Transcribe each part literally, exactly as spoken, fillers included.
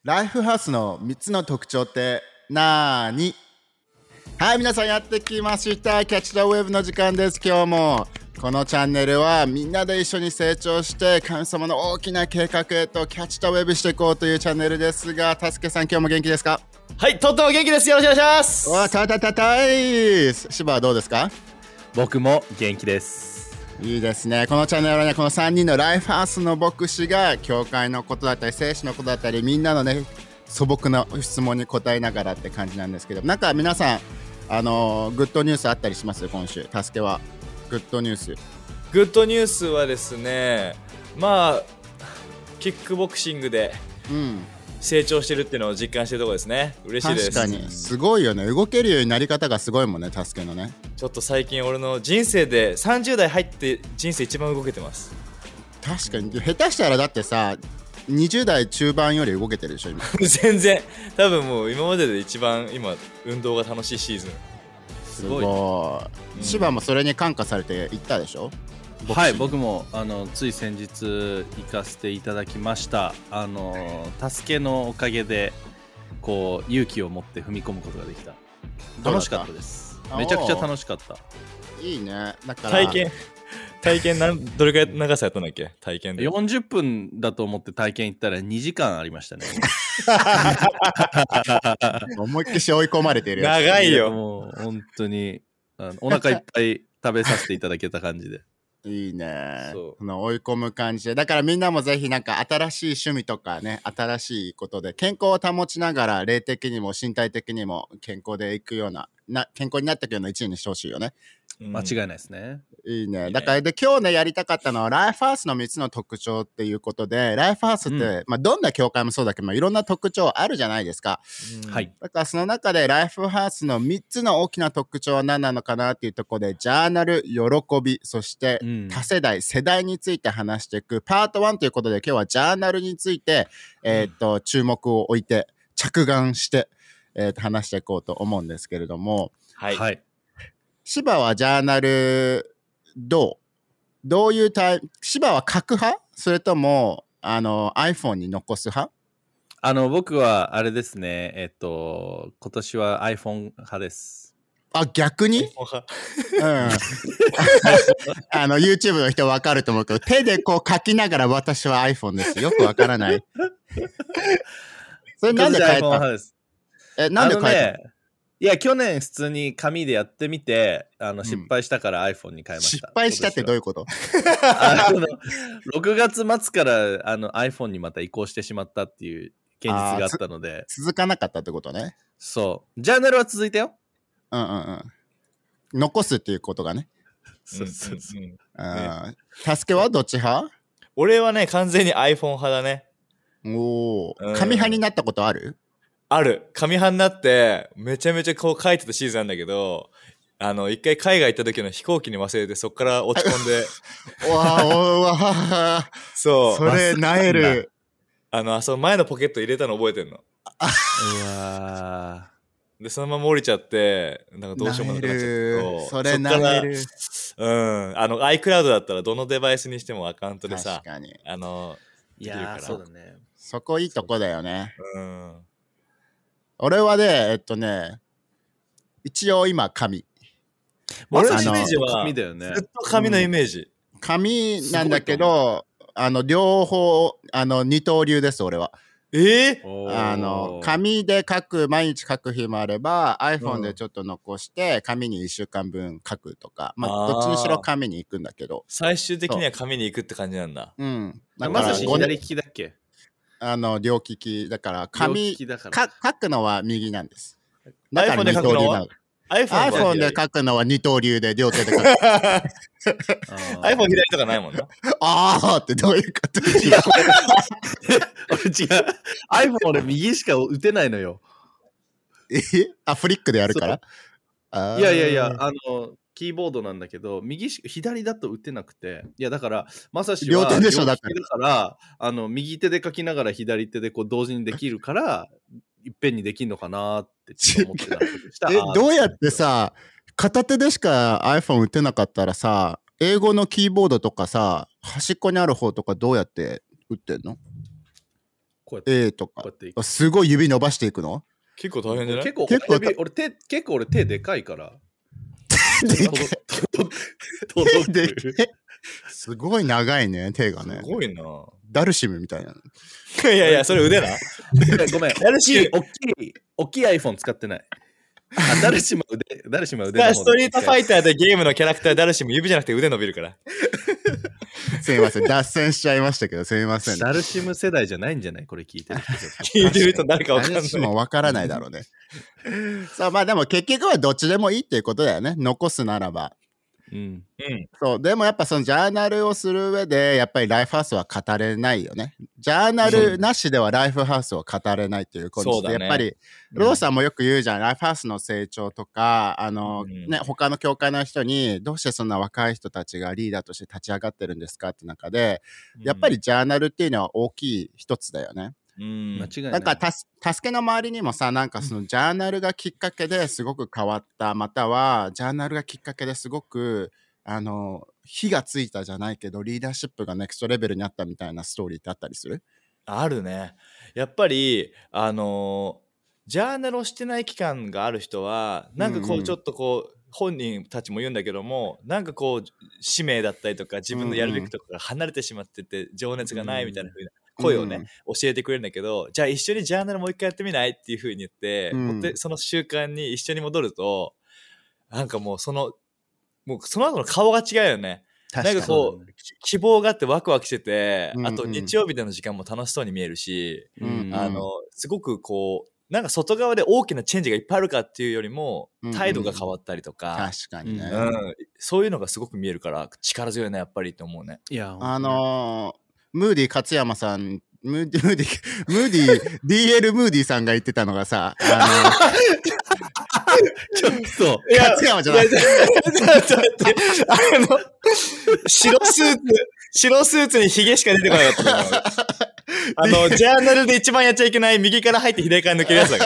ライフハウスのみっつの特徴ってなーに？はい、皆さんやってきました。キャッチ・ザ・ウェブの時間です。今日もこのチャンネルはみんなで一緒に成長して神様の大きな計画へとキャッチ・ザ・ウェブしていこうというチャンネルですが、たすけさん今日も元気ですか？ はい、とっても元気です。よろしくお願いします。 わたたたたい。芝はどうですか？ 僕も元気です。 いいですね。このチャンネルはね、このさんにんのライフハウスの牧師が教会のことだったり聖書のことだったりみんなのね素朴な質問に答えながらって感じなんですけど、なんか皆さんあのー、グッドニュースあったりします？今週たすけはグッドニュースグッドニュースはですね、まあキックボクシングで成長してるっていうのを実感してるところですね。嬉しいです。 確かにすごいよね。動けるようになり方がすごいもんね、たすけのね。 ちょっと最近俺の人生でさんじゅう代入って人生一番動けてます。 確かに下手したらだってさにじゅう代中盤より動けてるでしょ今全然多分もう今までで一番今運動が楽しいシーズン。 すごい。すごい。芝もそれに感化されて行ったでしょ？ はい、僕もあのつい先日行かせていただきました。あの助けのおかげでこう勇気を持って踏み込むことができた。楽しかったです。めちゃくちゃ楽しかった。 いいね。だから体験体験なんどれくらい長さやったんだっけ？体験でよんじゅっぷんだと思って体験行ったらにじかんありましたね。 思いっきり追い込まれてるやつ。 長いよ。 もう本当にあのお腹いっぱい食べさせていただけた感じで。 いいね。 そうこの追い込む感じで。だからみんなもぜひなんか新しい趣味とかね、新しいことで健康を保ちながら霊的にも身体的にも健康でいくような、な健康になっていくような一年にしてほしいよね。 間違いないですね。 いいね。だからで今日ねやりたかったのはライフハウスのみっつの特徴っていうことで、ライフハウスって、うん、まあどんな教会もそうだけど、まあ、いろんな特徴あるじゃないですか。 うん、はい。 だからその中でライフハウスのみっつの大きな特徴は何なのかなっていうところで、ジャーナル、喜び、そして多世代、うん、世代について話していくパートワンということで、今日はジャーナルについて、えー、っと注目を置いて着眼して、えー、っと話していこうと思うんですけれども、 はい。はい、 芝はジャーナルどうどういうタイプ？芝は書く派？それともあの iPhone に残す派？ あの僕はあれですね、えっと今年は iPhone 派です。 あ、逆に？うん。あの YouTube の人分かると思うけど、手でこう書きながら私は iPhone です。よく分からない。それなんで書いた？え、なんで書いた？ いや、去年普通に紙でやってみて、あの失敗したから iPhone に変えました。 失敗したってどういうこと？ あのろくがつ末からあの iPhone にまた移行してしまったっていう現実があったので。 続かなかったってことね。 そう。ジャーナルは続いたよ。 うんうんうん。残すっていうことがね。 そうそうそう。うんうん、助けはどっち派？ 俺はね、完全に iPhone 派だね。 おー。紙派になったことある？ ある。紙派になってめちゃめちゃこう書いてたシーズンなんだけど、あの一回海外行った時の飛行機に忘れてそっから落ち込んでわーおわーそうそれなえる。 あのその前のポケット入れたの覚えてんの。 うわーでそのまま降りちゃってなんかどうしようもなくなっちゃったけど、 それなえる。 うんあの iCloud だったらどのデバイスにしてもアカウントでさ、 確かにあのいやーそうだね。 そこいいとこだよね。 うん。 俺はね、えっとね、一応今紙。 俺のイメージは紙だよね。 ずっと紙のイメージ。 うん、紙なんだけど、あの両方あの二刀流です俺は。 えー、あの紙で書く毎日書く日もあれば iPhone でちょっと残して紙にいっしゅうかんぶん書くとか、まあどっちにしろ紙に行くんだけど、 最終的には紙に行くって感じなんだ。 うん。 だからまず左利きだっけ？ あの両利きだから紙か書くのは右なんです。 だから二刀流なの。 iPhone で書くのは二刀流で両手で書く。 iPhone 左とかないもんな。 あーってどういうこと？違う。 俺違う。iPhone 俺右しか打てないのよ。 え？あ、フリックでやるから？ あいやいやいや、あのキーボードなんだけど右し左だと打てなくて、いやだからまさしは両手でしょだから。 だからあの右手で書きながら左手でこう同時にできるからいっぺんにできるのかなってちょっと思ってた。 え、どうやってさ片手でしか iPhone 打てなかったらさ、英語のキーボードとかさ端っこにある方とかどうやって打ってんの？ こうやって A とかこうやっていく。 すごい指伸ばしていくの？ 結構大変じゃない？ 結構結構親指俺手結構俺手でかいからで届く届くで届くけすごい長いね、手がね。 すごいな。 ダルシムみたいな。 いやいや、それ腕な。 ごめん、 ダルシム大きい大きい iPhone 使ってない。あ、ダルシムは腕、ダルシムは腕の方でストリートファイターでゲームのキャラクターダルシム指じゃなくて腕伸びるから。 すみません、脱線しちゃいましたけど、すみません、ね。 ダルシム世代じゃないんじゃないこれ聞いてる人。 聞いてる人誰かわかんない。 ダルシムもわからないだろうね。さあ、まあでも結局はどっちでもいいっていうことだよね。残すならば。 うん。うん。 そう、でもやっぱそのジャーナルをする上で、やっぱりライフハウスは語れないよね。ジャーナルなしではライフハウスを語れないっていうことで、 そうだね、 やっぱり、ローさんもよく言うじゃん、ライフハウスの成長とか、あの、うん、ね、他の教会の人に、どうしてそんな若い人たちがリーダーとして立ち上がってるんですかって中で、やっぱりジャーナルっていうのは大きい一つだよね。 うん、間違いない。 なんかたす助けの周りにもさ、なんかそのジャーナルがきっかけですごく変わった、またはジャーナルがきっかけですごくあの火がついたじゃないけどリーダーシップがネクストレベルにあったみたいなストーリーってあったりする？ あるね。やっぱりあのジャーナルをしてない期間がある人はなんかこうちょっとこう、うんうん、本人たちも言うんだけどもなんかこう使命だったりとか自分のやるべきところが離れてしまってて情熱がないみたいな風な声をね、うん、教えてくれるんだけど、じゃあ一緒にジャーナルもう一回やってみないっていう風に言って、うん、その習慣に一緒に戻るとなんかもうそのもうその後の顔が違うよね。なんかこう希望があってワクワクしてて、うんうん、あと日曜日での時間も楽しそうに見えるし、うんうん、あのすごくこうなんか外側で大きなチェンジがいっぱいあるかっていうよりも態度が変わったりとか、 うんうん、確かにね、 うん、そういうのがすごく見えるから力強いねやっぱりって思うね。 いやあのームーディ勝山さん、ムーディ、ムーディ、ムーディ、ディーエル ムーディさんが言ってたのがさ、あの、ちょっと、 勝山じゃない。ちょっと待って、 あの、白スーツ、白スーツにヒゲしか出てこなかった。あの、ジャーナルで一番やっちゃいけない右から入って左から抜けるやつだから。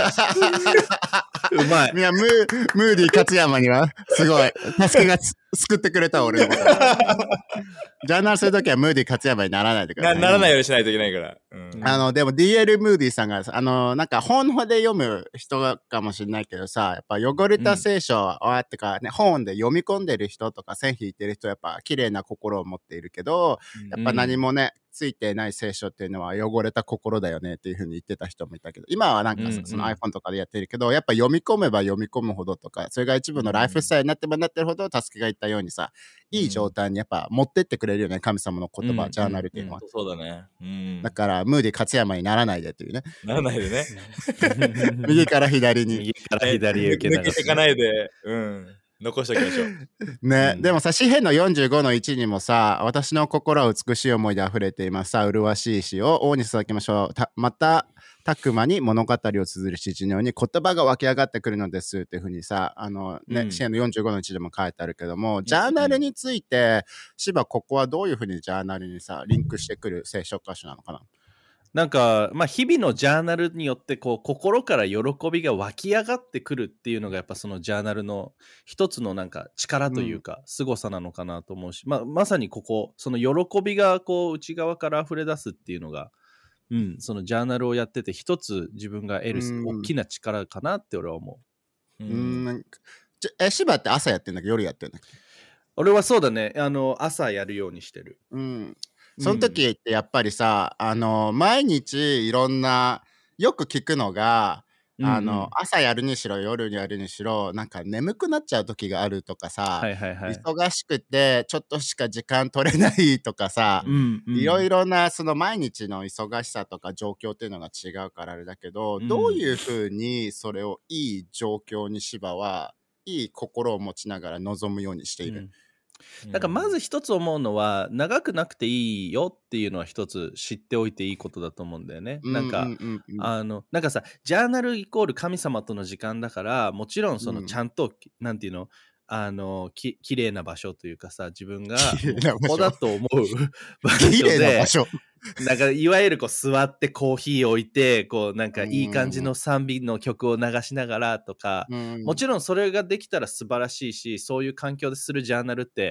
うまい。 いや、ムー、ムーディ勝山には、すごい、助けが救ってくれた、俺のこと。ジャーナルするときはムーディ勝山にならないでください、 ね、な。ならないようにしないといけないから。 うん、あの、でも ディーエル ムーディさんが、あの、なんか本で読む人かもしれないけどさ、やっぱ汚れた聖書は、うん、ってかね、本で読み込んでる人とか線引いてる人はやっぱ綺麗な心を持っているけど、やっぱ何もね、ついてない聖書っていうのは汚れた心だよねっていう風に言ってた人もいたけど、今はなんかその iPhone とかでやってるけど、やっぱ読み込めば読み込むほどとか、それが一部のライフスタイルになってもなってるほど、助けが言ったようにさ、いい状態にやっぱ持ってってくれるよね、神様の言葉、ジャーナルっていうのは。 うんうんうん、そうだね。うん、 だから、ムーディ勝山にならないでっていうね。 ならないでね。 右から左に。 右から左へ受け流す、 抜けていかないで。うん。残しておきましょう。 ね、うん、でもさ、詩編のよんじゅうごのいちにもさ、私の心は美しい思いで溢れています。さあ、麗しい詩を王に捧げましょう。たまた、たくまに物語を綴る詩人のように言葉が湧き上がってくるのですっていうふうにさ、あのね、詩編、うん、のよんじゅうごのいちでも書いてあるけども、ジャーナルについて、芝、ここはどういうふうにジャーナルにさ、リンクしてくる聖書箇所なのかな？ なんか、まあ、日々のジャーナルによってこう心から喜びが湧き上がってくるっていうのがやっぱそのジャーナルの一つのなんか力というか凄さなのかなと思うし、うん、まあ、まさにここその喜びがこう内側から溢れ出すっていうのが、うん、そのジャーナルをやってて一つ自分が得る大きな力かなって俺は思う。 うん、うん、え、芝って朝やってんだっけ？夜やってんだっけ？ 俺はそうだね、あの朝やるようにしてる。 うん、その時ってやっぱりさ、あの毎日いろんなよく聞くのが、うんうん、あの朝やるにしろ夜にやるにしろなんか眠くなっちゃう時があるとかさ、 はいはいはい、 忙しくてちょっとしか時間取れないとかさ、うんうん、いろいろなその毎日の忙しさとか状況っていうのが違うからあれだけど、うん、どういうふうにそれをいい状況に芝はいい心を持ちながら臨むようにしている？うん、 なんかまず一つ思うのは長くなくていいよっていうのは一つ知っておいていいことだと思うんだよね。なんか、うんうんうん、あのなんかさジャーナルイコール神様との時間だからもちろんそのちゃんと、うん、なんていうのあのき綺麗な場所というかさ自分がここだと思う場所で綺麗な場所なんかいわゆるこう座ってコーヒー置いてこうなんかいい感じの賛美の曲を流しながらとか、うん、もちろんそれができたら素晴らしいしそういう環境でするジャーナルって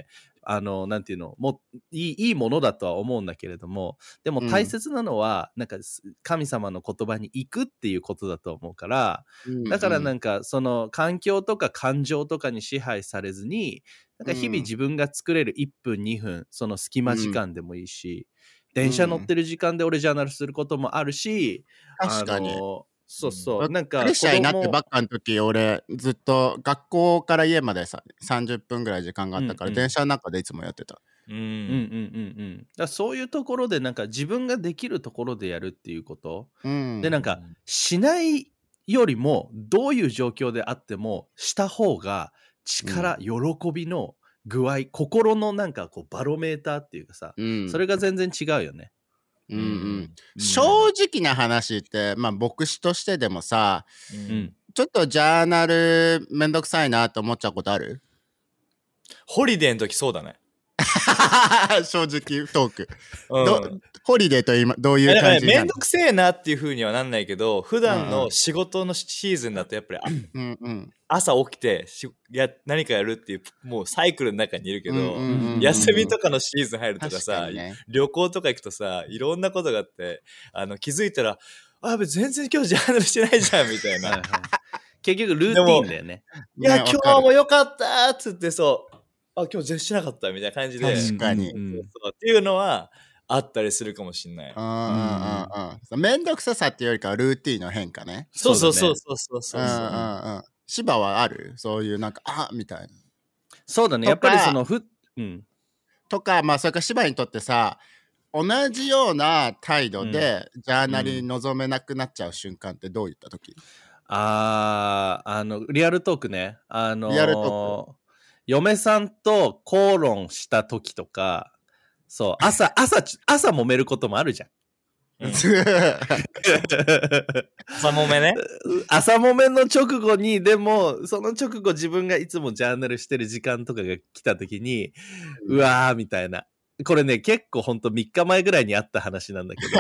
あのなんていうのもいいいいものだとは思うんだけれども、でも大切なのは、うん、なんか神様の言葉に行くっていうことだと思うから、うんうん、だからなんかその環境とか感情とかに支配されずに、なんか日々自分が作れるいっぷんにふん、その隙間時間でもいいし、うん、電車乗ってる時間で俺ジャーナルすることもあるし、 確かに、 あのそうそう、うん、なんかクリスチャンになってばっかの時、俺ずっと学校から家までささんじゅっぷんぐらい時間があったから、うんうん、電車の中でいつもやってた。 うんうんうんうん。だそういうところでなんか自分ができるところでやるっていうこと、うん、でなんかしないよりもどういう状況であってもした方が力、うん、喜びの具合、心のなんかこうバロメーターっていうかさ、うん、それが全然違うよね。 うんうん、正直な話って、まあ、牧師としてでもさ、うん、ちょっとジャーナルめんどくさいなと思っちゃうことある？ ホリデーの時そうだね。 正直トーク、うん、どホリデーと今どういう感じなの？ めんどくせえなっていう風にはなんないけど、普段の仕事のシーズンだとやっぱり、うんうん、朝起きてしや何かやるっていうもうサイクルの中にいるけど、うんうんうんうん、休みとかのシーズン入るとかさ、ね、旅行とか行くとさ、いろんなことがあって、あの気づいたらあ全然今日ジャーナルしてないじゃんみたいな結局ルーティーンだよね。 いや、ね、今日もよかったっつって、そうあ今日全然しなかったみたいな感じで、 確かに、 そうそうそうっていうのはあったりするかもしれない。 うんうんうん、めんどくささっていうよりかはルーティーンの変化ね。 そうそうそうそうそうそう。 芝はある？そういうなんかあみたいな。 そうだね。やっぱりそのふ、うん、 とかまあそれから芝にとってさ、同じような態度でジャーナルに臨めなくなっちゃう瞬間ってどういった時？うん、 ああのリアルトークね。あのー、 リアルトーク。 嫁さんと口論した時とか、そう朝朝朝揉めることもあるじゃん。うん、 朝揉めね。 朝揉めの直後に、でもその直後自分がいつもジャーナルしてる時間とかが来た時に、うん、うわーみたいな。これね結構ほんとみっかまえぐらいにあった話なんだけど。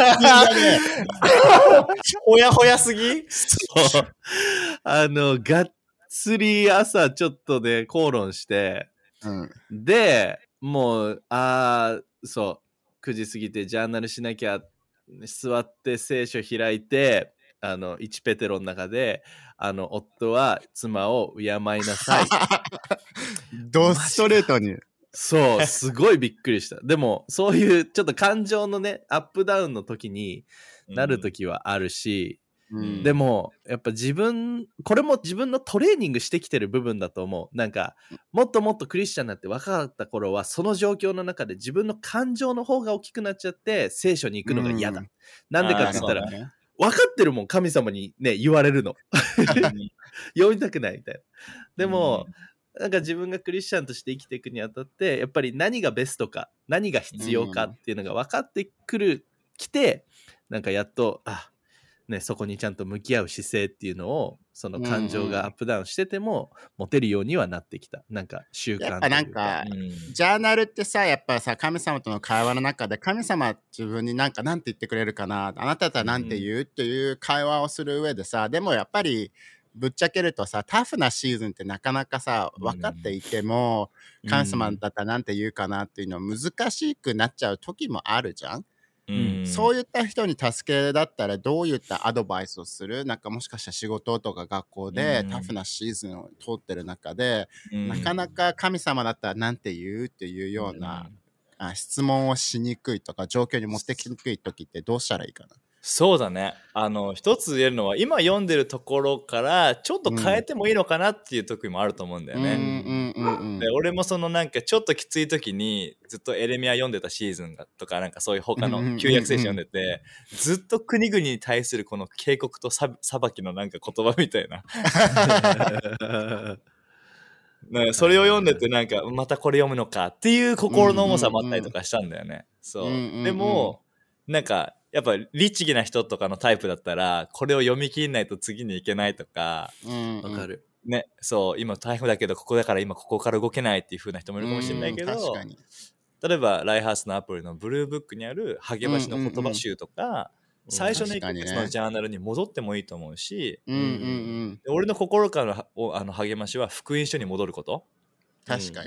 ほやほやすぎ？ そう。あのがっつり朝ちょっとで口論して、うん、でもうあーそうくじ過ぎてジャーナルしなきゃ座って聖書開いて、あのいちペテロの中であの夫は妻を敬いなさいドストレートにそうすごいびっくりした。でもそういうちょっと感情のねアップダウンの時になる時はあるし、うん、でもやっぱ自分これも自分のトレーニングしてきてる部分だと思う。なんかもっともっとクリスチャンになって若かった頃はその状況の中で自分の感情の方が大きくなっちゃって聖書に行くのが嫌だ、うん、なんでかって言ったら、ね、分かってるもん神様にね言われるの読みたくないみたいな。でも、うん、なんか自分がクリスチャンとして生きていくにあたってやっぱり何がベストか何が必要かっていうのが分かってくるきて、なんかやっとあね、そこにちゃんと向き合う姿勢っていうのをその感情がアップダウンしてても持てるようにはなってきた。なんか習慣というか。 やっぱなんか、うん、ジャーナルってさやっぱさ神様との会話の中で神様自分になんかなんて言ってくれるかな、あなただったらなんて言う、うん、っていう会話をする上でさ、でもやっぱりぶっちゃけるとさタフなシーズンってなかなかさ分かっていても、うん、神様だったらなんて言うかなっていうの難しくなっちゃう時もあるじゃん。うん、そういった人に助けだったらどういったアドバイスをする？なんかもしかしたら仕事とか学校でタフなシーズンを通ってる中で、うん、なかなか神様だったらなんて言うっていうような、うん、あ質問をしにくいとか状況に持ってきにくい時ってどうしたらいいかな？ そうだね。あの一つ言えるのは今読んでるところからちょっと変えてもいいのかなっていう時もあると思うんだよね。うんうんうんうん、で俺もそのなんかちょっときつい時にずっとエレミヤ読んでたシーズンがとかなんかそういう他の旧約聖書読んでて、うんうんうん、ずっと国々に対するこの警告と裁きのなんか言葉みたいなね、それを読んでてなんかまたこれ読むのかっていう心の重さもあったりとかしたんだよね。そう、うんうんうん、でもなんかやっぱ律儀な人とかのタイプだったらこれを読み切んないと次に行けないとか、 うんうん、わかるね、そう今台風だけどここだから今ここから動けないっていう風な人もいるかもしれないけど、確かに例えばライハースのアプリのブルーブックにある励ましの言葉集とか、うんうんうん、最初のいっかげつのジャーナルに戻ってもいいと思うし、うんうんうん、で俺の心からのあの励ましは福音書に戻ること。 確かにね、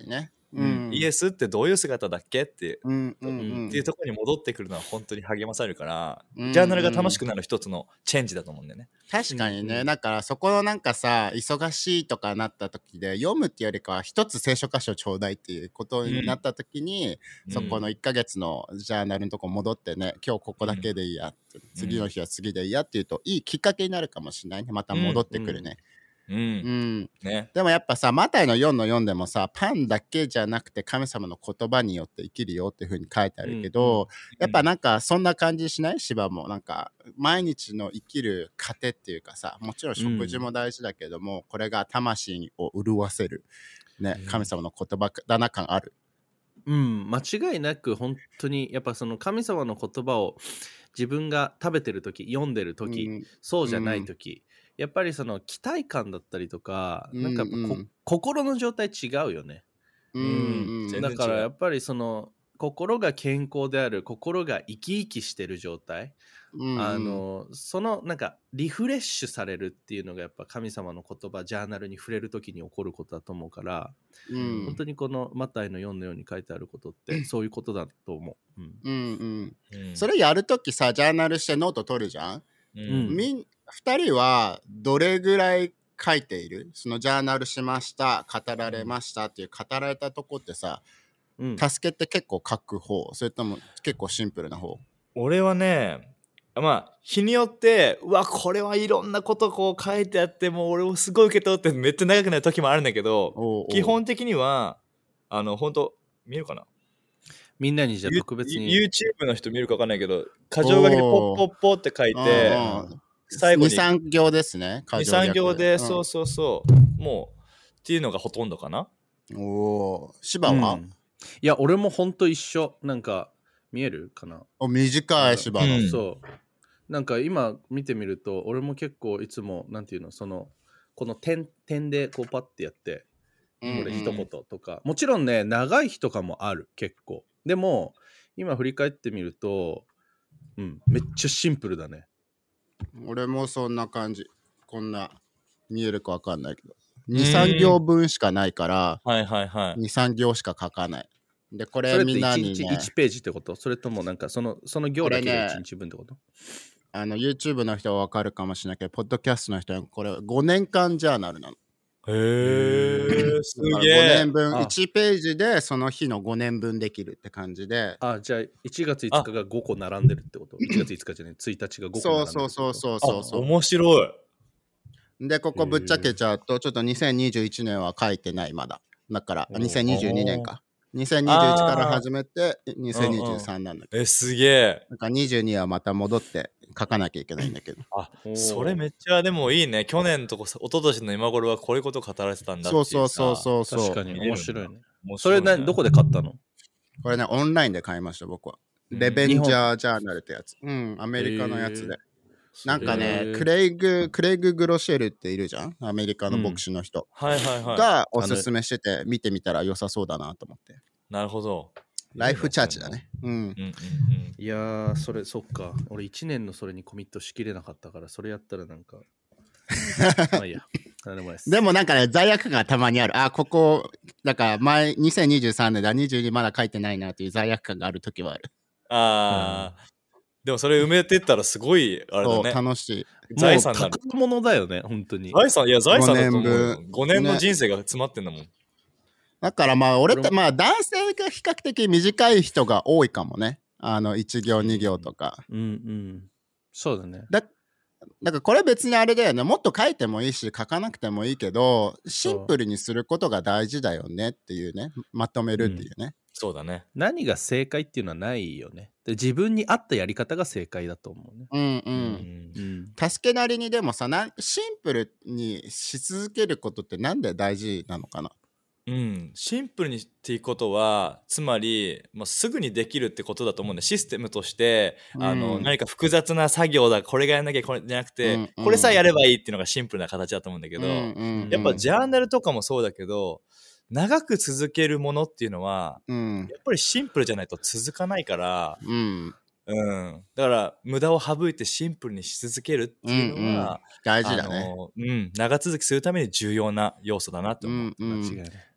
うん、 イエスってどういう姿だっけっていう、 うんうんうん、 っていうところに戻ってくるのは本当に励まされるから、 うん、 ジャーナルが楽しくなる一つのチェンジだと思うんだよね。 確かにね、 うんうん、 だからそこのなんかさ忙しいとかなった時で読むっていうよりかは一つ聖書箇所ちょうだいっていうことになった時に、うん、そこのいっかげつのジャーナルのとこ戻ってね、今日ここだけでいいや、うん、次の日は次でいいやっていうといいきっかけになるかもしれないね。また戻ってくるね。 うんうんね、 でもやっぱさマタイのよんのよんでもさパンだけじゃなくて神様の言葉によって生きるよっていう風に書いてあるけど、うんうん、やっぱなんかそんな感じしない？芝もなんか毎日の生きる糧っていうかさ、もちろん食事も大事だけども、うん、これが魂を潤わせる、ね、神様の言葉だな感ある。 うん、間違いなく本当にやっぱその神様の言葉を自分が食べてる時読んでる時、うん、そうじゃない時、うんやっぱりその期待感だったりとか、うんうん、なんかこ心の状態違うよね、 うんうん、 だからやっぱりその心が健康である、心が生き生きしてる状態、うんうん、あのそのなんかリフレッシュされるっていうのがやっぱ神様の言葉ジャーナルに触れる時に起こることだと思うから、うん、本当にこのマタイのよんのように書いてあることってそういうことだと思う、うんうんうんうん、それやるときさジャーナルしてノート取るじゃん、うん、みんふたりはどれぐらい書いている？そのジャーナルしました語られましたっていう語られたとこってさ、うん、助けって結構書く方？それとも結構シンプルな方？ 俺はねまあ日によってうわこれはいろんなことこう書いてあってもう俺もすごい受け取ってめっちゃ長くなる時もあるんだけど、おうおう基本的にはあの本当見えるかな、 みんなにじゃあ特別に YouTube の人見るか分かんないけど箇条書きでポッポッポって書いて最後ににさん行ですね。 にさん行で、うん、そうそうそうもうっていうのがほとんどかな。 おお、芝は、うん、 いや俺もほんと一緒。なんか見えるかな。 お短い芝の、 うん、そうなんか今見てみると俺も結構いつもなんていうのそのこの点点でこうパッてやってこれ一言とか、うんうん、もちろんね長い日とかもある結構。でも今振り返ってみると、うん、めっちゃシンプルだね。 俺もそんな感じ。こんな見えるか分かんないけどにさん行分しかないから、 はいはいはい、 にさん行しか書かない。でこれみんなに、ね、 それっていちにちいちページってこと？それともなんかそのその行だけでいちにちぶんってこと？ あの YouTube の人は分かるかもしれないけどポッドキャストの人はこれごねんかんジャーナルなの。 へーすげえ。ごねんぶんいちページでその日のごねんぶんできるって感じで、 あじゃあいちがついつかがごこ並んでるってこと？いちがついつかじゃねついたちがごこ並んでるってこと？ そうそうそうそうそう。 面白い。 でここぶっちゃけちゃうとちょっとにせんにじゅういちねんは書いてないまだ。だからにせんにじゅうにねんかにせんにじゅういちから始めてにせんにじゅうさんなんだけど、 えすげえ。 なんかにじゅうにはまた戻って書かなきゃいけないんだけど、 あそれめっちゃでもいいね。去年とか一昨年の今頃はこういうこと語られてたんだっていう。 そうそうそうそう確かに面白いね。それ何どこで買ったの？ これねオンラインで買いました僕は。レベンジャージャーナルってやつ、うんアメリカのやつで、なんかねクレイグクレイグ・グロシェルっているじゃん、アメリカの牧師の人、 うん、はいはいはいがおすすめしてて見てみたら良さそうだなと思って。 なるほど。 ライフチャーチだね。うん。うんうんうん、 いやーそれそっか。俺いちねんのそれにコミットしきれなかったからそれやったらなんかまあいいや。何でもないです。 でもなんかね罪悪感がたまにある。あここだから前にせんにじゅうさんねんだにじゅうにまだ書いてないなという罪悪感がある時はある。 ああ、うん、でもそれ埋めてったらすごいあれだね。 楽しい。 財産になる。 宝物だよね本当に。 財産いや財産だと思う。ごねんの人生が詰まってんだもん。ね、 だからまあ俺ってまあ男性が比較的短い人が多いかもね。あのいち行に行とか。 うんうん。そうだね。 だだからこれ別にあれだよね。もっと書いてもいいし書かなくてもいいけどシンプルにすることが大事だよねっていうね。まとめるっていうね。うん、 そうだね。 何が正解っていうのはないよね。で自分に合ったやり方が正解だと思うね。 うんうん。うん、助けなりにでもさなシンプルにし続けることってなんで大事なのかな。 うん、シンプルにっていうことはつまりもうすぐにできるってことだと思うんで、システムとして、うん、あの何か複雑な作業だこれがやんなきゃこれじゃなくて、うんうん、これさえやればいいっていうのがシンプルな形だと思うんだけど、うんうんうん、やっぱジャーナルとかもそうだけど長く続けるものっていうのは、うん、やっぱりシンプルじゃないと続かないから、うんうん、だから無駄を省いてシンプルにし続けるっていうのは、うんうん、 大事だね、 うん、長続きするために重要な要素だなと思う、 うんうん、間違いない。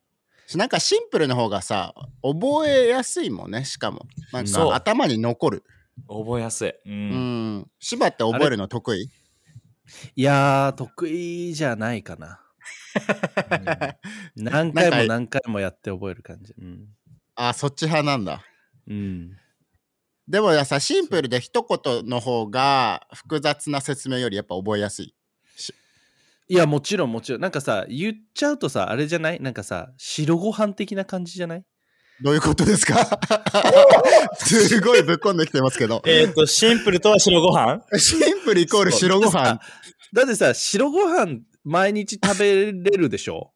なんかシンプルの方がさ覚えやすいもんね。しかもなんそうか頭に残る。 覚えやすい。う。 うんん。芝って覚えるの得意？ いやー得意じゃないかな、うん、何回もなんか何回もやって覚える感じ。うん、 あ、そっち派なんだ。 うん、 でもさ、シンプルで一言の方が複雑な説明よりやっぱ覚えやすい。 いやもちろんもちろんなんかさ言っちゃうとさあれじゃない？なんかさ白ご飯的な感じじゃない？ どういうことですか？すごいぶっこんできてますけど。 えっ、ー、とシンプルとは白ご飯。 シンプルイコール白ご飯。 だってさ白ご飯毎日食べれるでしょ？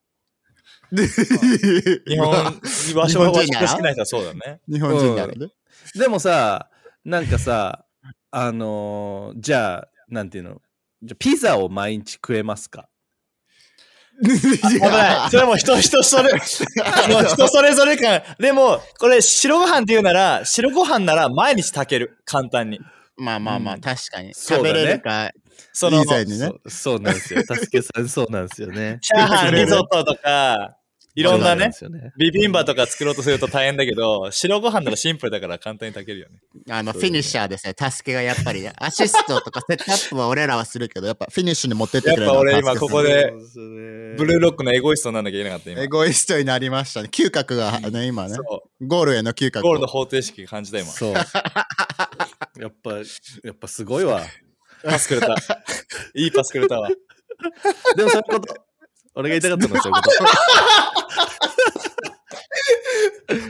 日本和食和食好きな人はそうだね。 日本人ならね、 うん、でもさなんかさあのー、じゃあなんていうの、じゃピザを毎日食えますか？ 危ない。それも人人それもう人それぞれか。でもこれ白ご飯って言うなら白ご飯なら毎日炊ける、簡単に。 まあまあまあ、うん、確かに、 ね、 食べれるかその以前にね。 そ, そうなんですよ。たすけさんそうなんですよね。 チャーハンリゾットとかいろんな ね, ねビビンバとか作ろうとすると大変だけど、白ご飯ならシンプルだから簡単に炊けるよね。 あのフィニッシャーですね。タスケがやっぱりね、アシストとかセットアップは俺らはするけど、やっぱフィニッシュに持ってってくれる。 やっぱ俺今ここでブルーロックのエゴイストにならなきゃいけなかった今。 エゴイストになりましたね。嗅覚がね、今ね。ゴールへの嗅覚。 ゴールの方程式感じた今。 そう。やっぱやっぱすごいわ。 パスくれた。いいパスくれたわ。 でもそういうこと。俺が言いたかったのはそういうこと。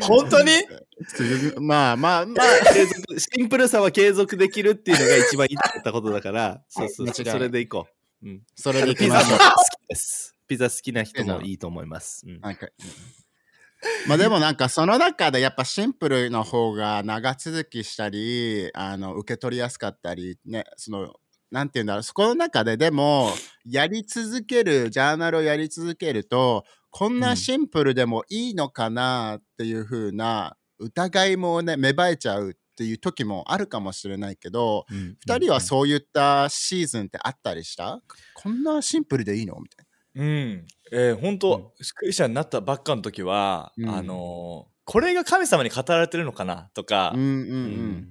本当に？ まあまあまあ継続、シンプルさは継続できるっていうのが一番言いたかったことだからそうそうそう、それでいこう、うん、 それでピザも好きです。ピザ好きな人もいいと思います、うん、 まあでもなんかその中でやっぱシンプルの方が長続きしたりあの受け取りやすかったりね、そのなんていうんだろう、そこの中ででもやり続けるジャーナルをやり続けるとこんなシンプルでもいいのかなっていう風な疑いもね芽生えちゃうっていう時もあるかもしれないけど、うん、ふたりはそういったシーズンってあったりした？こんなシンプルでいいのみたいな。うん、えー、本当、うん、クリスチャンになったばっかの時は、うん、あのー、これが神様に語られてるのかなとか、うんうんうん、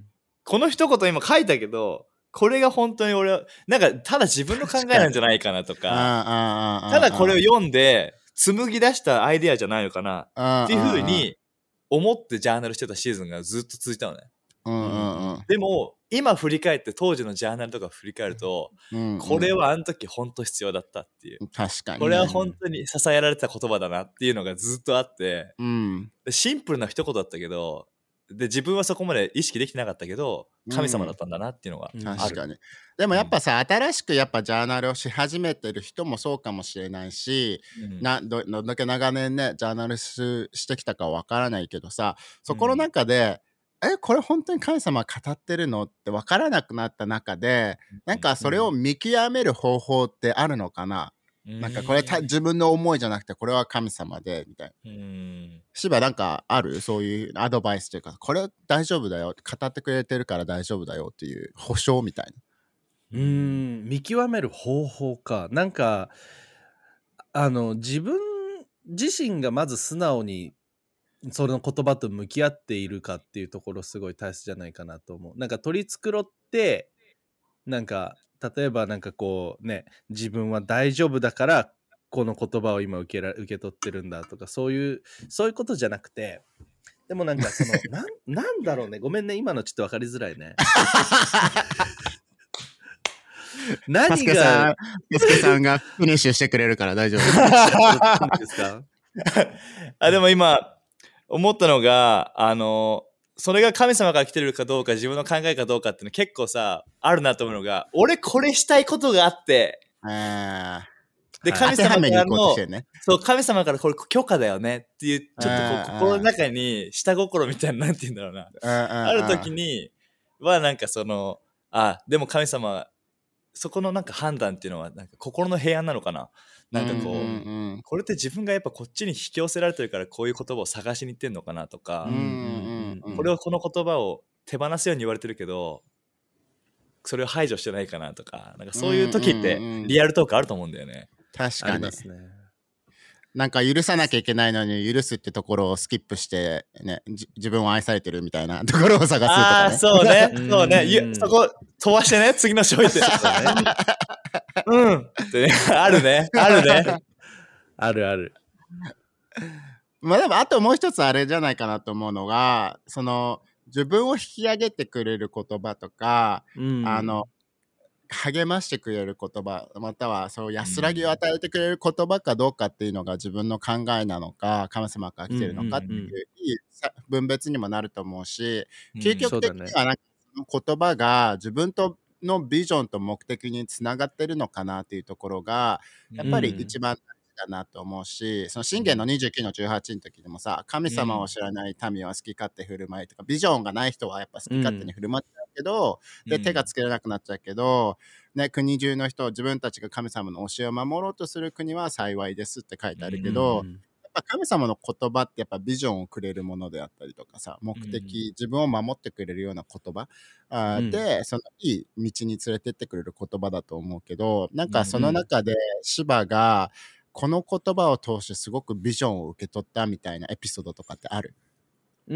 この一言今書いたけどこれが本当に俺はなんかただ自分の考えなんじゃないかなとかただこれを読んで紡ぎ出したアイデアじゃないのかなっていう風に思ってジャーナルしてたシーズンがずっと続いたのね、うんうんうん、でも今振り返って当時のジャーナルとか振り返ると、うんうん、これはあの時本当必要だったっていう、 確かに、ね、 これは本当に支えられた言葉だなっていうのがずっとあって、うん、シンプルな一言だったけどで自分はそこまで意識できてなかったけど神様だったんだなっていうのがある、 うん、確かに。でもやっぱさ、うん、新しくやっぱジャーナルをし始めてる人もそうかもしれないし、うん、な ど, どんだけ長年ねジャーナル し, してきたかわからないけどさ、そこの中で、うん、えこれ本当に神様語ってるのってわからなくなった中で、なんかそれを見極める方法ってあるのかな、うん、なんかこれた自分の思いじゃなくてこれは神様でみたいな。うん、芝なんかある？そういうアドバイスというかこれ大丈夫だよ語ってくれてるから大丈夫だよっていう保証みたいな。 うーん見極める方法か。なんかあの自分自身がまず素直にその言葉と向き合っているかっていうところすごい大切じゃないかなと思う。なんか取り繕ってなんか例えばなんかこうね自分は大丈夫だからこの言葉を今受けら受け取ってるんだとかそういうそういうことじゃなくて、でもなんかそのな ん, なんだろうねごめんね今のちょっと分かりづらいね何がタスケさん、 タスケさんがフィニッシュしてくれるから大丈夫ですかあでも今思ったのがあのそれが神様から来てるかどうか自分の考えかどうかっていうの結構さあるなと思うのが、俺これしたいことがあってあで神様からの、ね、そう神様からこれ許可だよねっていうちょっとこう心の中に下心みたいななんて言うんだろうな あ, ある時にはなんかそのあでも神様そこのなんか判断っていうのはなんか心の平安なのかな、なんかこう、うんうんうん、これって自分がやっぱこっちに引き寄せられてるからこういう言葉を探しに行ってんのかなとか、うんうんうん、これをこの言葉を手放すように言われてるけどそれを排除してないかなとか、なんかそういう時ってリアルトークあると思うんだよね。 確かにですね。 なんか許さなきゃいけないのに許すってところをスキップしてね、じ自分を愛されてるみたいなところを探すとかね。 ああ、そうね。 うんそうね。ゆそこ飛ばしてね、次の章行って。うん。ってね、あるね。あるね。 あるある。 まあでもあともう一つあれじゃないかなと思うのが、その自分を引き上げてくれる言葉とか、 うん、 あの励ましてくれる言葉、またはそう安らぎを与えてくれる言葉かどうかっていうのが自分の考えなのか、神様から来てるのかっていう、 うんうんうん、 いい分別にもなると思うし、 うん、 究極的にはなんかその言葉が自分とのビジョンと目的につながってるのかなっていうところがやっぱり一番大事だなと思うし、その信玄のにじゅうきゅうのじゅうはちの時でもさ、神様を知らない民は好き勝手振る舞いとか、ビジョンがない人はやっぱ好き勝手に振る舞っちゃうけど、 うん、 で手がつけれなくなっちゃうけど、ね、国中の人、自分たちが神様の教えを守ろうとする国は幸いですって書いてあるけど、 うん、 やっぱ神様の言葉ってやっぱビジョンをくれるものであったりとかさ、目的、うん、自分を守ってくれるような言葉あ、うん、で、そのいい道に連れてってくれる言葉だと思うけど、なんかその中で芝がこの言葉を通してすごくビジョンを受け取ったみたいなエピソードとかってある？ うん、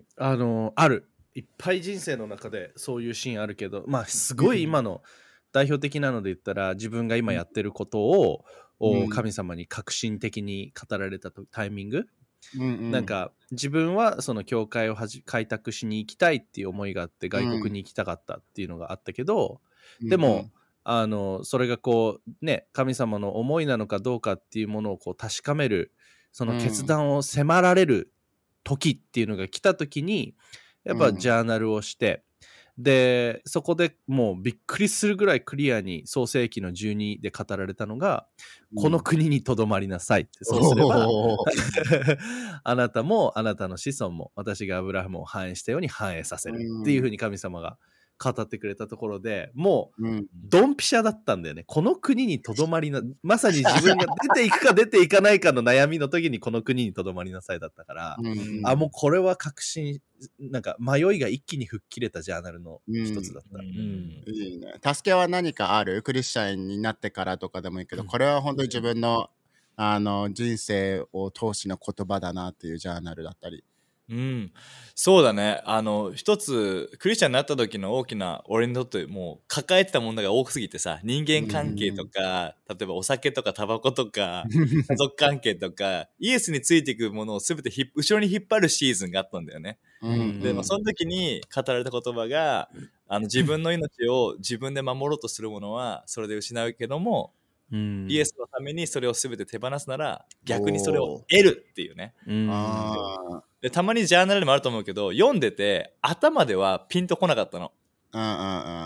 あのある。いっぱい人生の中でそういうシーンあるけど、まあすごい今の代表的なので言ったら、自分が今やってることを、うん、神様に革新的に語られたタイミング、うんうん、なんか自分はその教会をはじ開拓しに行きたいっていう思いがあって外国に行きたかったっていうのがあったけど、うん、でも、うん、あのそれがこうね神様の思いなのかどうかっていうものをこう確かめるその決断を迫られる時っていうのが来た時にやっぱジャーナルをして、うん、でそこでもうびっくりするぐらいクリアに創世記のじゅうにで語られたのが、うん、この国にとどまりなさいって、そうすればあなたもあなたの子孫も私がアブラハムを繁栄したように繁栄させるっていうふうに神様が語ってくれたところでもう、うん、ドンピシャだったんだよね。この国にとどまりなまさに自分が出ていくか出ていかないかの悩みの時にこの国にとどまりなさいだったから、うん、あもうこれは確信なんか迷いが一気に吹っ切れたジャーナルの一つだった、うんうん、 いいね。助けは何かある？クリスチャンになってからとかでもいいけど、これは本当に自分の、あの人生を通しの言葉だなっていうジャーナルだったり。 うん、そうだね。あの一つクリスチャンになった時の大きな俺にとってもう抱えてた問題が多すぎてさ、人間関係とか、うん、例えばお酒とかタバコとか家族関係とかイエスについていくものを全てひ後ろに引っ張るシーズンがあったんだよね、うん、でもその時に語られた言葉があの自分の命を自分で守ろうとするものはそれで失うけども、うん、イエスのためにそれを全て手放すなら逆にそれを得るっていうね、うん、あでたまにジャーナルでもあると思うけど読んでて頭ではピンとこなかったの、うんうんうん、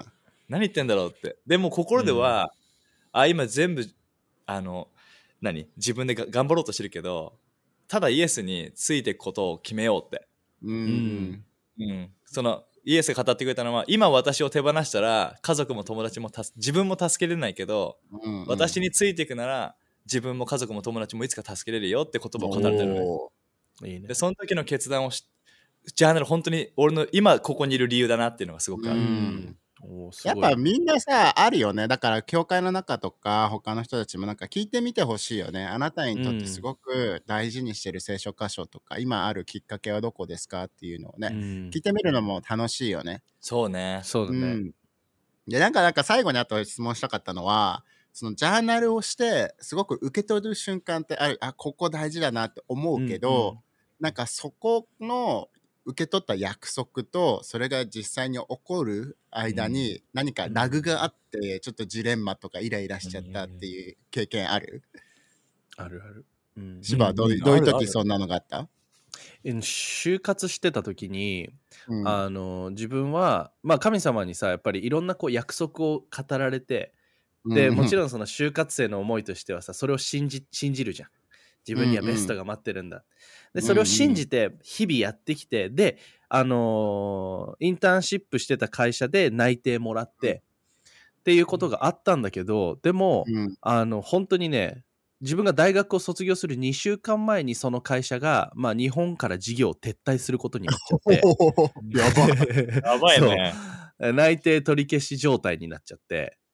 何言ってんだろうって。でも心では、うん、あ今全部あの何自分でが頑張ろうとしてるけどただイエスについていくことを決めようって、うんうん、そのイエスが語ってくれたのは今私を手放したら家族も友達もた自分も助けれないけど、うんうん、私についていくなら自分も家族も友達もいつか助けれるよって言葉を語ってるのね。いいね。でその時の決断をしジャーナル本当に俺の今ここにいる理由だなっていうのがすごくある、うん、 おすごい。やっぱみんなさあるよね。だから教会の中とか他の人たちもなんか聞いてみてほしいよね。あなたにとってすごく大事にしてる聖書箇所とか、うん、今あるきっかけはどこですかっていうのをね、うん、聞いてみるのも楽しいよね。 そうねそうだね、うん、 でなんかなんか最後にあと質問したかったのはそのジャーナルをしてすごく受け取る瞬間ってある。あここ大事だなって思うけど、うんうん、なんかそこの受け取った約束とそれが実際に起こる間に何かラグがあってちょっとジレンマとかイライラしちゃったっていう経験ある？ あるある。 うん、芝はどういう、どういう時そんなのがあった？ 就活してた時に、うん、あの自分は、まあ、神様にさやっぱりいろんなこう約束を語られてでもちろんその就活生の思いとしてはさそれを信じ、信じるじゃん。自分にはベストが待ってるんだ、うんうん、でそれを信じて日々やってきて、であのー、インターンシップしてた会社で内定もらって、うん、っていうことがあったんだけどでも、うん、あの本当にね自分が大学を卒業するにしゅうかんまえにその会社が、まあ、日本から事業を撤退することになっちゃってやばいやばいね内定取り消し状態になっちゃって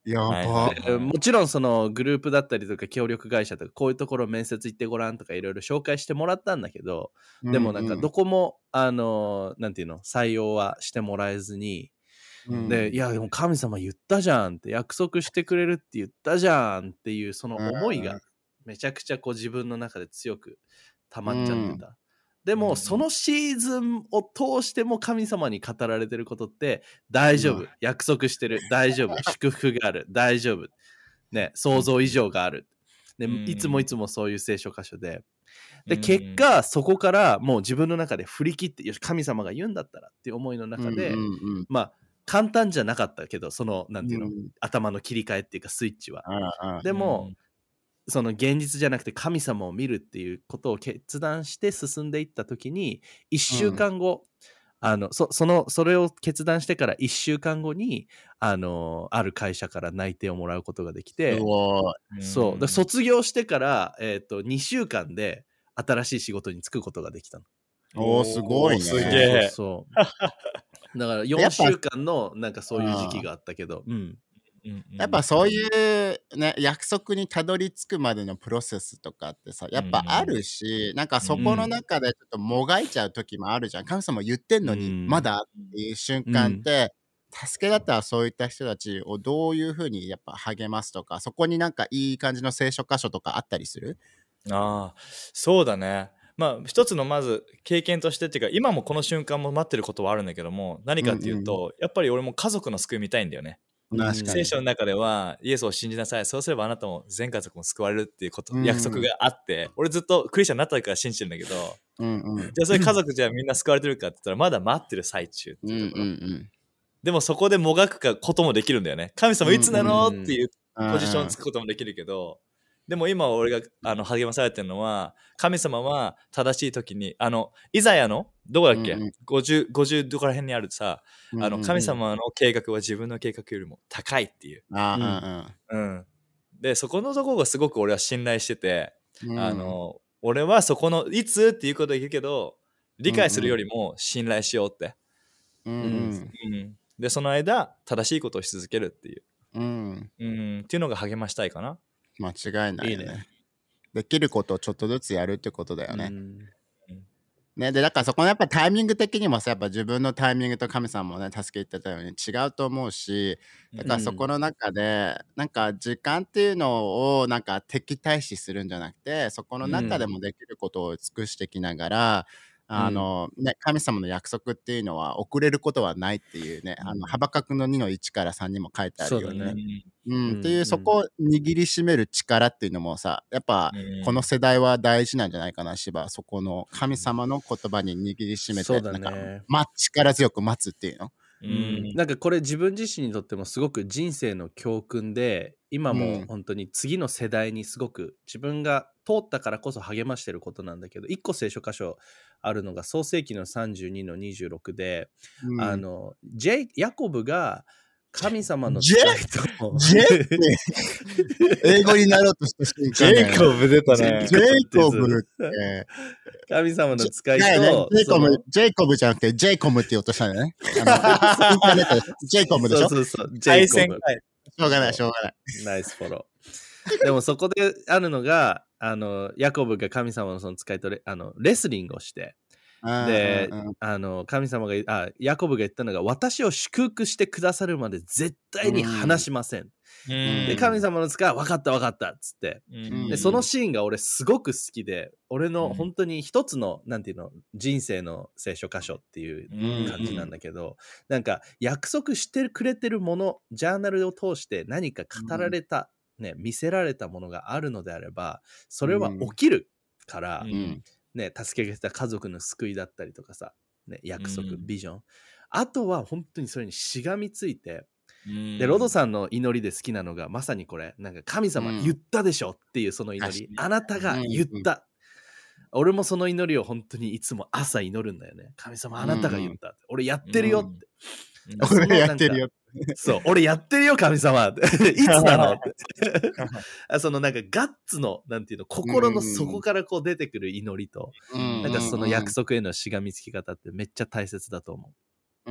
やば、 はいはいでもちろんそのグループだったりとか協力会社とかこういうところ面接行ってごらんとかいろいろ紹介してもらったんだけど、でもなんかどこもあのなんていうの採用はしてもらえずに、 うん、 でいやでも神様言ったじゃんって約束してくれるって言ったじゃんっていうその思いがめちゃくちゃこう自分の中で強く溜まっちゃってた、うん、でもそのシーズンを通しても神様に語られてることって大丈夫、うん、約束してる大丈夫祝福がある大丈夫ね想像以上がある、でいつもいつもそういう聖書箇所でで結果そこからもう自分の中で振り切ってよし神様が言うんだったらっていう思いの中で、うんうんうん、まあ簡単じゃなかったけどそのなんていうの、うん、頭の切り替えっていうかスイッチはああでも、うん、その現実じゃなくて神様を見るっていうことを決断して進んでいった時にいっしゅうかんご、うん、あの そ, そのそれを決断してからいっしゅうかんごにあのある会社から内定をもらうことができて、そうだ卒業してから、えー、とにしゅうかんで新しい仕事に就くことができたの。 おーすごいね。 すげえ。 そうそうだからよんしゅうかんのなんかそういう時期があったけど、うん、 やっぱそういうね約束にたどり着くまでのプロセスとかってさやっぱあるし、うん、なんかそこの中でちょっともがいちゃう時もあるじゃん。神様言ってんのにまだっていう瞬間って、うん、助けだったらそういった人たちをどういうふうにやっぱ励ますとか、そこになんかいい感じの聖書箇所とかあったりする？ ああそうだね。まあ一つのまず経験としてっていうか今もこの瞬間も待ってることはあるんだけども、何かっていうと、うんうん、やっぱり俺も家族の救い見たいんだよね。聖書の中ではイエスを信じなさい、そうすればあなたも全家族も救われるっていうこと、うん、約束があって、俺ずっとクリスチャンになった時から信じてるんだけど、うんうん、じゃあそれ家族じゃみんな救われてるかって言ったらまだ待ってる最中っていうところ、うんうんうん、でもそこでもがくこともできるんだよね。神様いつなの、うんうん、っていうポジションにつくこともできるけど、でも今俺があの励まされてるのは神様は正しい時にあのイザヤのどこだっけ、うんうん、ごじゅう, ごじゅうどこら辺にあるさ、うんうんうん、あの神様の計画は自分の計画よりも高いっていう、 あうんうん、でそこのところがすごく俺は信頼してて、うん、あの俺はそこのいつっていうことを言うけど理解するよりも信頼しようって、 うんうんうん、でその間正しいことをし続けるっていう、 うんうん、っていうのが励ましたいかな。 間違いないよね。いいね。できることをちょっとずつやるってことだよね。うんね、でだからそこのやっぱタイミング的にもさやっぱ自分のタイミングと神様もね助けてたように違うと思うし、だからそこの中で、うん、なんか時間っていうのをなんか敵対視するんじゃなくてそこの中でもできることを尽くしてきながら、うん、あのね、神様の約束っていうのは遅れることはないっていうね、うん、あのハバカクのにのいちからさんにも書いてあるようにね、うん、っていうそこを握りしめる力っていうのもさやっぱこの世代は大事なんじゃないかな。芝そこの神様の言葉に握りしめて、 ね、 なんか、ま、力強く待つっていうの、 うん、なんかこれ自分自身にとってもすごく人生の教訓で今も本当に次の世代にすごく自分が通ったからこそ励ましてることなんだけど、一個聖書箇所あるのが創世記のさんじゅうにのにじゅうろくで、うん、あのジェイヤコブが神様の使いとジェ英語になろうとした瞬間、 ね、ジェイコブ出たね。 ジェイコブって神様の使いと、 ジェイコブ、ジェイコブじゃなくてジェイコムって言おうとしたんだね。あのインターネットでジェイコムでしょ。 そうそうそうジェイコム。 しょうがないしょうがない。 ナイスフォロー。でもそこであるのがあのヤコブが神様のその使いとレあのレスリングをして。で、あの神様があヤコブが言ったのが私を祝福してくださるまで絶対に離しません、うん、で神様の使いは分かった分かったっつって、うん、でそのシーンが俺すごく好きで俺の本当に一つの、うん、なんていうの人生の聖書箇所っていう感じなんだけど、うん、なんか約束してくれてるものジャーナルを通して何か語られた、うんね、見せられたものがあるのであればそれは起きるから、うんね、助けてきた家族の救いだったりとかさ、ね、約束、うん、ビジョンあとは本当にそれにしがみついて、うん、でロドさんの祈りで好きなのがまさにこれなんか神様言ったでしょっていうその祈り、うん、あなたが言った、うんうん、俺もその祈りを本当にいつも朝祈るんだよね。神様あなたが言った、うん、俺やってるよって、 うん、俺やってるよそう俺やってるよ神様っていつなのってそのなんかガッツのなんていうの心の底からこう出てくる祈りと、うん、なんかその約束へのしがみつき方ってめっちゃ大切だと思う。 うん、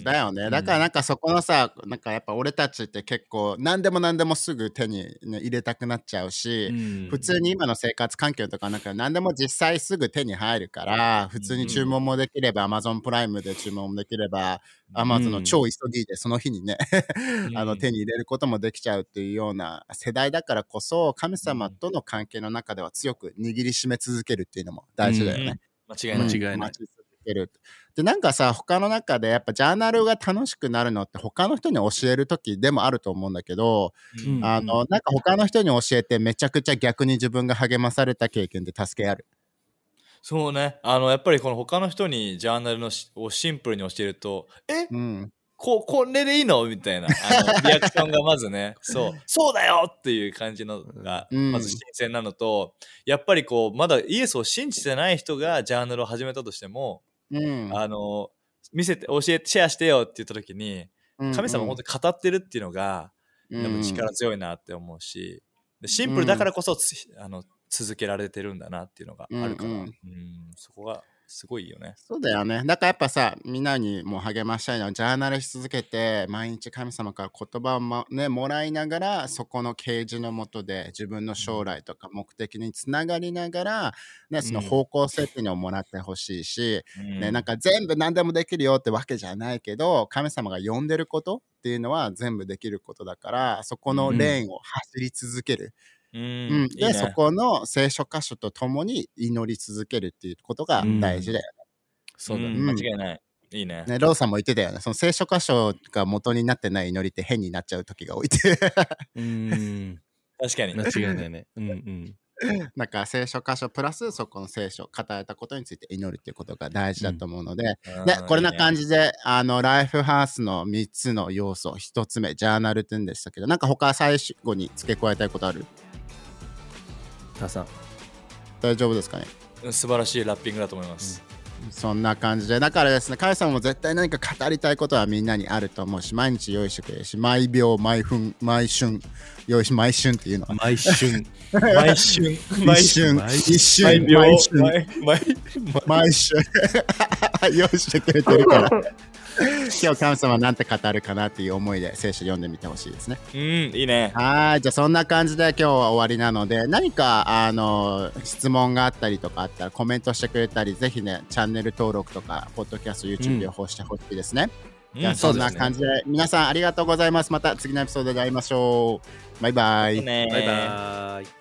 だよね。だからなんかそこのさ、なんかやっぱ俺たちって結構何でも何でもすぐ手に、ね、入れたくなっちゃうし、うん、普通に今の生活環境とかなんか何でも実際すぐ手に入るから、普通に注文もできれば、うん、Amazon プライムで注文もできれば、うん、Amazon の超急ぎでその日にね、うん、あの手に入れることもできちゃうっていうような世代だからこそ、神様との関係の中では強く握りしめ続けるっていうのも大事だよね。 うん、間違いない。間違いない。 でなんかさ他の中でやっぱジャーナルが楽しくなるのって他の人に教える時でもあると思うんだけど、うん、あのなんか他の人に教えてめちゃくちゃ逆に自分が励まされた経験で助けある。 そうね、あのやっぱりこの他の人にジャーナルのをシンプルに教えるとえ、うん、こ, これでいいのみたいなあのリアクションがまずねそうそうだよっていう感じのがまず新鮮なのと、うん、やっぱりこうまだイエスを信じてない人がジャーナルを始めたとしても、うん、あの見せて教えてシェアしてよって言った時に、うんうん、神様本当に語ってるっていうのが、うん、やっぱ力強いなって思うしシンプルだからこそ、うん、あの続けられてるんだなっていうのがあるから、うんうんうん、そこがすごいよね。 そうだよね。だからやっぱさみんなにも励ましたいのはジャーナルし続けて毎日神様から言葉を、まね、もらいながらそこの啓示のもとで自分の将来とか目的につながりながら、ね、その方向性っていうのをもらってほしいし、うんね、なんか全部何でもできるよってわけじゃないけど神様が呼んでることっていうのは全部できることだからそこのレーンを走り続ける、うんうん、でいい、ね、そこの聖書箇所とともに祈り続けるっていうことが大事だよね。 うん、そうだね、うん、間違いない。いいね。 ね、ローさんも言ってたよね。その聖書箇所が元になってない祈りって変になっちゃう時が多いってうーん確かに間違いないね。うんうん。 なんか聖書箇所プラスそこの聖書語られたことについて祈るっていうことが大事だと思うので、うん、でこれな感じでいい、ね、あのライフハウスのみっつの要素ひとつめジャーナルって言うんでしたけどなんか他最後に付け加えたいことある？ タさん大丈夫ですかね？ 素晴らしいラッピングだと思います、 うん、そんな感じでだからですね神様も絶対何か語りたいことはみんなにあると思うし毎日用意してくれるし毎秒毎分毎瞬用意し毎瞬っていうのは毎瞬毎瞬一瞬一瞬毎秒毎瞬毎毎瞬用意してくれてるから今日神様なんて語るかなっていう思いで聖書読んでみてほしいですね。 うんいいね。 はいじゃあそんな感じで今日は終わりなので何かあの質問があったりとかあったらコメントしてくれたりぜひねチャンネル登録とかポッドキャスト YouTube 両方してほしいですね、うん、じゃあそんな感じで、うん、皆さんありがとうございます。また次のエピソードで会いましょう。バイバイ、 ね、 バイバイ。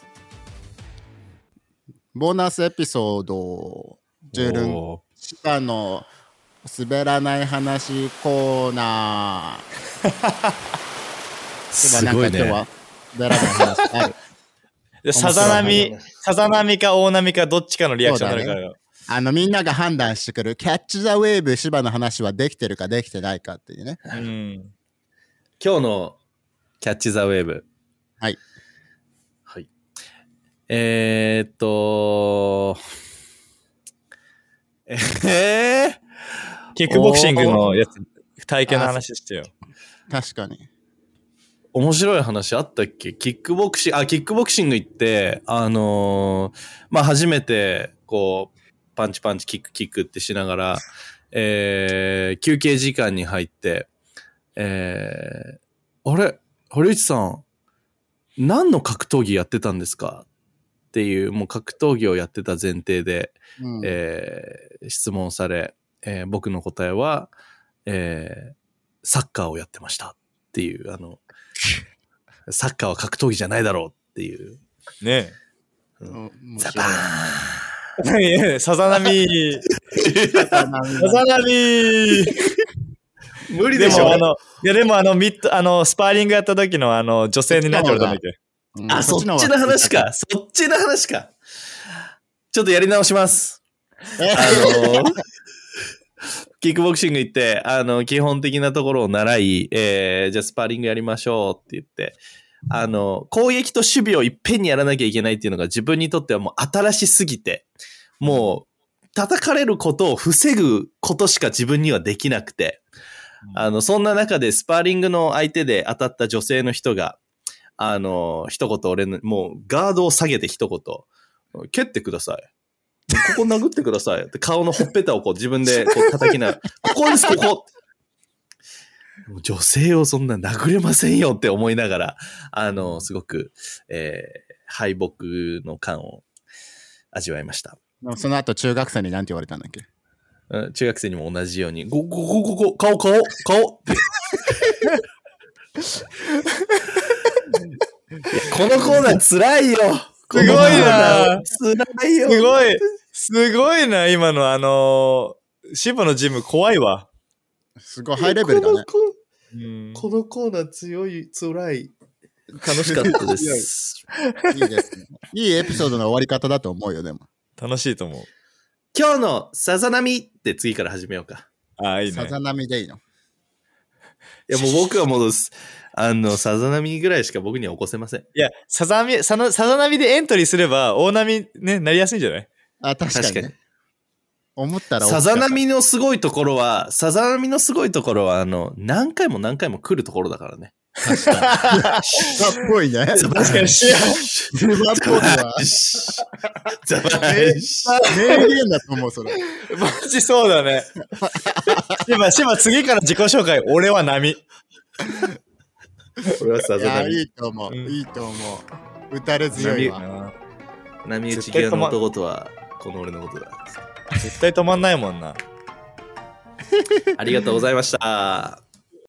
ボーナスエピソードじゅうルン芝の滑らない話コーナーすごいね。 今日は滑らない話あるさざ波さざ波か大波かどっちかのリアクションになるからよ、 ね、あのみんなが判断してくるキャッチザウェーブ芝の話はできてるかできてないかっていうね、うん、 今日のキャッチザウェーブはいはいえー、っとえーキックボクシングのやつ体験の話してよ。 確かに面白い話あったっけ？キックボクシングあキックボクシング行ってあのー、まあ初めてこうパンチパンチキックキックってしながら、えー、休憩時間に入ってえー、あれ堀内さん何の格闘技やってたんですかっていうもう格闘技をやってた前提で、うんえー、質問されえー、僕の答えは、えー、サッカーをやってましたっていうあのサッカーは格闘技じゃないだろうっていうねえ、うん、ザバーンさざ波さざ波無理でしょ。 でもあのいやでもあのミッドあのスパーリングやった時のあの女性に何て言われたんだっけ、 うん、あそっちの話かそっちの話かちょっとやり直しますあのキックボクシング行って、あの、基本的なところを習い、えー、じゃあスパーリングやりましょうって言って、あの、攻撃と守備をいっぺんにやらなきゃいけないっていうのが自分にとってはもう新しすぎて、もう、叩かれることを防ぐことしか自分にはできなくて、あの、そんな中でスパーリングの相手で当たった女性の人が、あの、一言俺の、もうガードを下げて一言、蹴ってください。ここ殴ってください。顔のほっぺたをこう自分でこう叩きながら、ここです、ここ女性をそんな殴れませんよって思いながら、あの、すごく、えー、敗北の感を味わいました。 その後中学生に何て言われたんだっけ？ うん、中学生にも同じように、ご、ご、ご、ご、ご、顔、顔、顔って。このコーナー辛いよ。 すごいな。 辛いよ。 すごい。すごいな、今のあのー、芝のジム怖いわ。 すごいハイレベルだね。 この, このコーナー強い、辛い。楽しかったです。 いいですね。いいエピソードの終わり方だと思うよ、でも。 楽しいと思う。 今日のさざ波って次から始めようか。 ああ、いいね。 さざ波でいいの？ いや、もう僕はもう、あの、さざ波ぐらいしか僕には起こせません。いや、さざ波、さざ波でエントリーすれば、大波ね、なりやすいんじゃない？ あ、確かに、ね。確かに。思ったらさざ波のすごいところは、さざ波のすごいところは、あの、何回も何回も来るところだからね。 確かに。ザっぽいね。 確かに。 ザっぽいわ。 ザバーシ。 名言だと思う、それ。 マジそうだね。今、今次から自己紹介、俺は波。 俺はさざ波。 いや、いいと思う。いいと思う。打たれ強いわ。 波打ち際の男とは、この俺のことだ。 絶対止まんないもんな。 ありがとうございました。